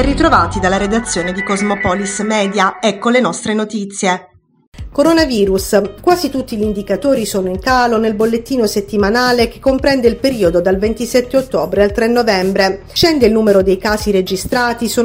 Ben ritrovati dalla redazione di Cosmopolis Media, ecco le nostre notizie. Coronavirus. Quasi tutti gli indicatori sono in calo nel bollettino settimanale che comprende il periodo dal 27 ottobre al 3 novembre. Scende il numero dei casi registrati, sono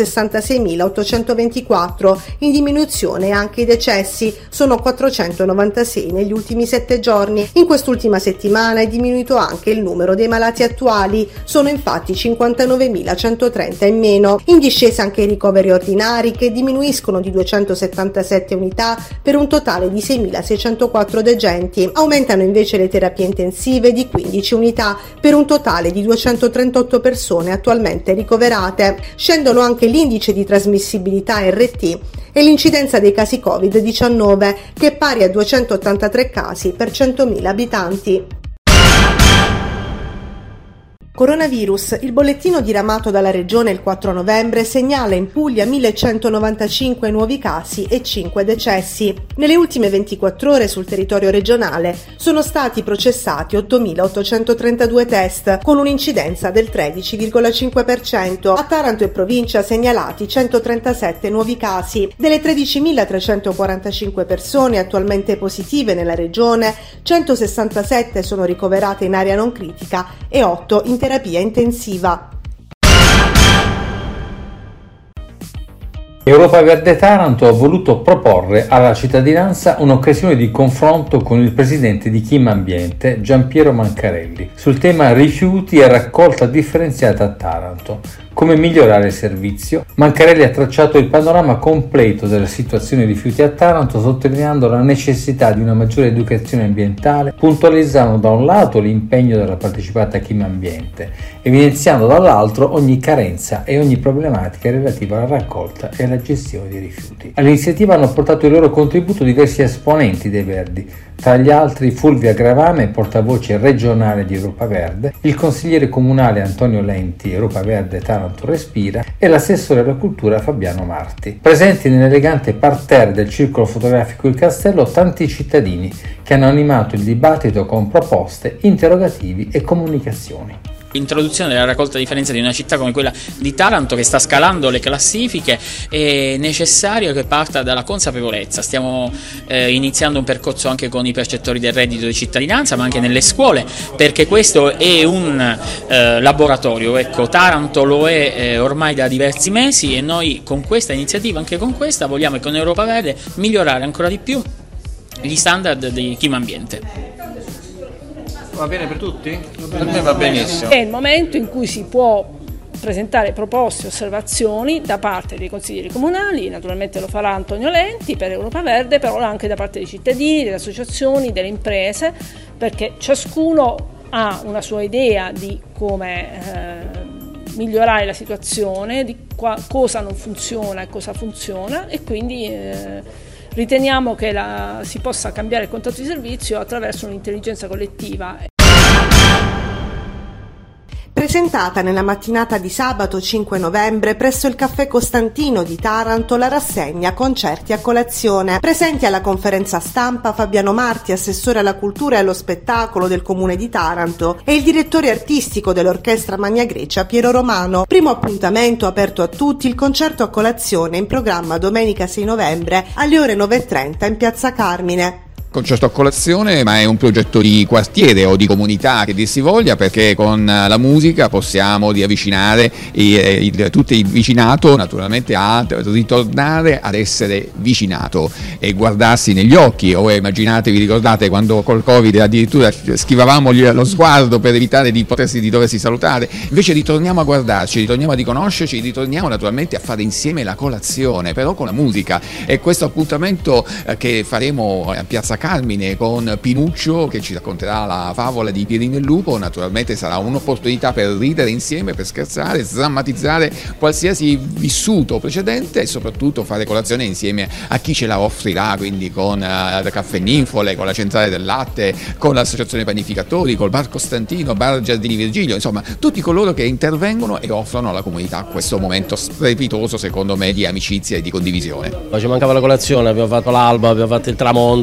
166.824, in diminuzione anche i decessi, sono 496 negli ultimi 7 giorni. In quest'ultima settimana è diminuito anche il numero dei malati attuali, sono infatti 59.130 in meno. In discesa anche i ricoveri ordinari che diminuiscono di 277 unità per un totale di 6.604 degenti. Aumentano invece le terapie intensive di 15 unità per un totale di 238 persone attualmente ricoverate. Scendono anche l'indice di trasmissibilità RT e l'incidenza dei casi Covid-19 che è pari a 283 casi per 100.000 abitanti. Coronavirus. Il bollettino diramato dalla Regione il 4 novembre segnala in Puglia 1.195 nuovi casi e 5 decessi. Nelle ultime 24 ore sul territorio regionale sono stati processati 8.832 test, con un'incidenza del 13,5%. A Taranto e provincia segnalati 137 nuovi casi. Delle 13.345 persone attualmente positive nella regione, 167 sono ricoverate in area non critica e 8 in terapia intensiva. Europa Verde Taranto ha voluto proporre alla cittadinanza un'occasione di confronto con il presidente di Kim Ambiente, Giampiero Mancarelli, sul tema rifiuti e raccolta differenziata a Taranto. Come migliorare il servizio? Mancarelli ha tracciato il panorama completo della situazione rifiuti a Taranto, sottolineando la necessità di una maggiore educazione ambientale, puntualizzando da un lato l'impegno della partecipata Kim Ambiente, evidenziando dall'altro ogni carenza e ogni problematica relativa alla raccolta e alla gestione dei rifiuti. All'iniziativa hanno portato il loro contributo diversi esponenti dei Verdi, tra gli altri Fulvia Gravame, portavoce regionale di Europa Verde, il consigliere comunale Antonio Lenti, Europa Verde Taranto Respira, e l'assessore alla cultura Fabiano Marti. Presenti nell'elegante parterre del circolo fotografico Il Castello tanti cittadini che hanno animato il dibattito con proposte, interrogativi e comunicazioni. L'introduzione della raccolta differenziata in una città come quella di Taranto, che sta scalando le classifiche, è necessario che parta dalla consapevolezza. Stiamo iniziando un percorso anche con i percettori del reddito di cittadinanza, ma anche nelle scuole, perché questo è un laboratorio. Ecco, Taranto lo è ormai da diversi mesi e noi con questa iniziativa, anche con questa, vogliamo e con Europa Verde migliorare ancora di più gli standard di Kim Ambiente. Va bene per tutti? Per me va benissimo. È il momento in cui si può presentare proposte, osservazioni da parte dei consiglieri comunali, naturalmente lo farà Antonio Lenti per Europa Verde, però anche da parte dei cittadini, delle associazioni, delle imprese, perché ciascuno ha una sua idea di come migliorare la situazione, di cosa non funziona e cosa funziona, e quindi riteniamo che si possa cambiare il contratto di servizio attraverso un'intelligenza collettiva. Presentata nella mattinata di sabato 5 novembre presso il Caffè Costantino di Taranto la rassegna Concerti a colazione. Presenti alla conferenza stampa Fabiano Marti, assessore alla cultura e allo spettacolo del Comune di Taranto, e il direttore artistico dell'Orchestra Magna Grecia Piero Romano. Primo appuntamento aperto a tutti, il concerto a colazione in programma domenica 6 novembre alle ore 9:30 in Piazza Carmine. Concerto a colazione, ma è un progetto di quartiere o di comunità che dir si voglia, perché con la musica possiamo riavvicinare tutto il vicinato naturalmente a ritornare ad essere vicinato e guardarsi negli occhi. O immaginatevi, ricordate quando col Covid addirittura schivavamo lo sguardo per evitare di doversi salutare, invece ritorniamo a guardarci, ritorniamo a riconoscerci, ritorniamo naturalmente a fare insieme la colazione, però con la musica. E questo appuntamento che faremo a Piazza Carmine con Pinuccio, che ci racconterà la favola di Pierino il Lupo, naturalmente sarà un'opportunità per ridere insieme, per scherzare, sdrammatizzare qualsiasi vissuto precedente e soprattutto fare colazione insieme a chi ce la offrirà, quindi con Caffè Ninfole, con la Centrale del Latte, con l'Associazione Panificatori, col Bar Costantino, Bar Giardini Virgilio, insomma tutti coloro che intervengono e offrono alla comunità questo momento strepitoso, secondo me, di amicizia e di condivisione. Ci mancava la colazione, abbiamo fatto l'alba, abbiamo fatto il tramonto,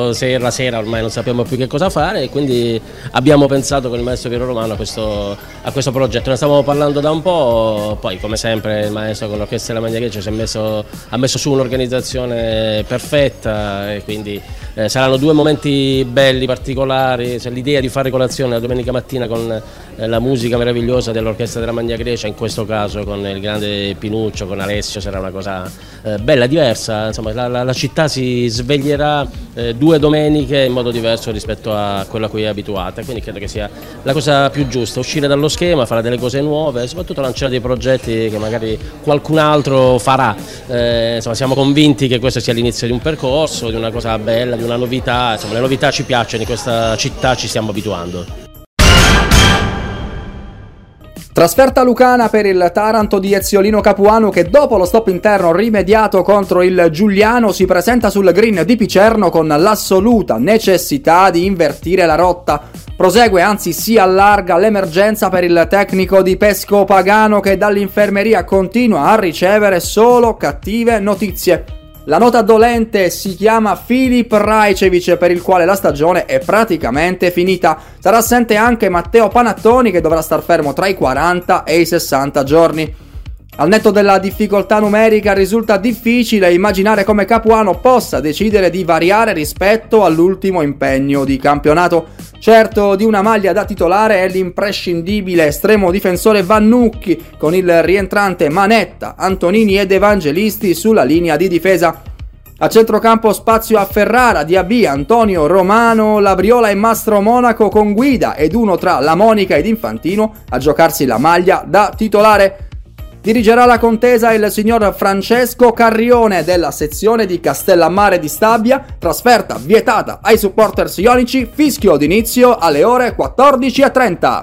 sabato la sera ormai non sappiamo più che cosa fare, e quindi abbiamo pensato con il maestro Piero Romano a questo progetto. Ne stavamo parlando da un po', poi come sempre il maestro con l'Orchestra della Magna Grecia ha messo su un'organizzazione perfetta, e quindi saranno 2 momenti belli, particolari. L'idea di fare colazione la domenica mattina con la musica meravigliosa dell'Orchestra della Magna Grecia, in questo caso con il grande Pinuccio, con Alessio, sarà una cosa bella, diversa. Insomma, la città si sveglierà 2 domeniche in modo diverso rispetto a quello a cui è abituata, quindi credo che sia la cosa più giusta, uscire dallo schema, fare delle cose nuove e soprattutto lanciare dei progetti che magari qualcun altro farà. Insomma, siamo convinti che questo sia l'inizio di un percorso, di una cosa bella, di una novità. Insomma, le novità ci piacciono, in questa città ci stiamo abituando. Trasferta lucana per il Taranto di Eziolino Capuano, che dopo lo stop interno rimediato contro il Giuliano si presenta sul green di Picerno con l'assoluta necessità di invertire la rotta. Prosegue, anzi si allarga l'emergenza per il tecnico di Pesco Pagano, che dall'infermeria continua a ricevere solo cattive notizie. La nota dolente si chiama Filip Rajcevic, per il quale la stagione è praticamente finita. Sarà assente anche Matteo Panattoni, che dovrà star fermo tra i 40 e i 60 giorni. Al netto della difficoltà numerica risulta difficile immaginare come Capuano possa decidere di variare rispetto all'ultimo impegno di campionato. Certo, di una maglia da titolare è l'imprescindibile estremo difensore Vannucchi, con il rientrante Manetta, Antonini ed Evangelisti sulla linea di difesa. A centrocampo spazio a Ferrara, Diaby, Antonio Romano, Labriola e Mastro Monaco, con Guida ed uno tra La Monica ed Infantino a giocarsi la maglia da titolare. Dirigerà la contesa il signor Francesco Carrione della sezione di Castellammare di Stabia, trasferta vietata ai supporters ionici, fischio d'inizio alle ore 14:30.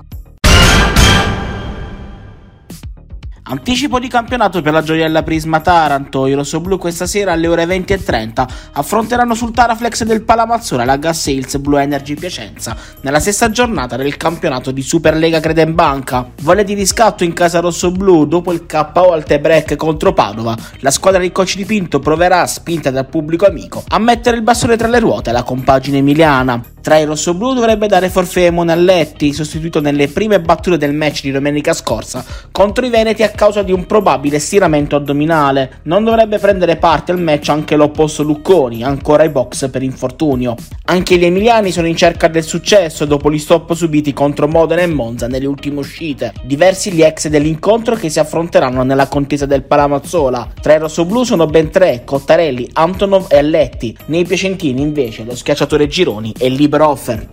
Anticipo di campionato per la Gioiella Prisma Taranto. I rossoblù questa sera alle ore 20:30 affronteranno sul Taraflex del Palamazzone la Gas Sales Blue Energy Piacenza nella stessa giornata del campionato di Superlega Credenbanca. Voglia di riscatto in casa rossoblù dopo il KO al tie-break contro Padova. La squadra di coach Di Pinto proverà, spinta dal pubblico amico, a mettere il bastone tra le ruote alla compagine emiliana. Tra i rossoblù dovrebbe dare forfait Monalletti, sostituito nelle prime battute del match di domenica scorsa contro i Veneti a causa di un probabile stiramento addominale. Non dovrebbe prendere parte al match anche l'opposto Lucconi, ancora ai box per infortunio. Anche gli emiliani sono in cerca del successo dopo gli stop subiti contro Modena e Monza nelle ultime uscite. Diversi gli ex dell'incontro che si affronteranno nella contesa del Palamazzola. Tra i rossoblù sono ben 3: Cottarelli, Antonov e Alletti. Nei piacentini invece lo schiacciatore Gironi e Libero Offer.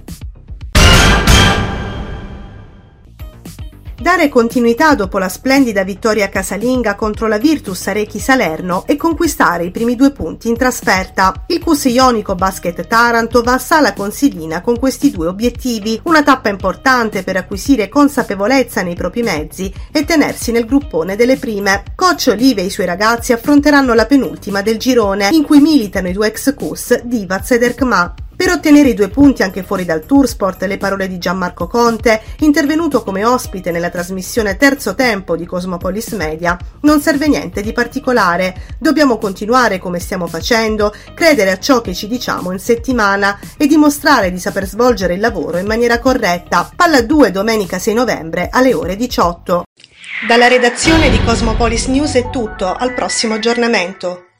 Dare continuità dopo la splendida vittoria casalinga contro la Virtus Arechi Salerno e conquistare i primi 2 punti in trasferta. Il CUS Ionico Basket Taranto va a Sala Consilina con questi 2 obiettivi, una tappa importante per acquisire consapevolezza nei propri mezzi e tenersi nel gruppone delle prime. Coach Olive e i suoi ragazzi affronteranno la penultima del girone, in cui militano i 2 ex CUS, Divac ed Erkma. Per ottenere i 2 punti anche fuori dal Toursport, le parole di Gianmarco Conte, intervenuto come ospite nella trasmissione Terzo Tempo di Cosmopolis Media: non serve niente di particolare, dobbiamo continuare come stiamo facendo, credere a ciò che ci diciamo in settimana e dimostrare di saper svolgere il lavoro in maniera corretta. Palla 2 domenica 6 novembre alle ore 18. Dalla redazione di Cosmopolis News è tutto, al prossimo aggiornamento.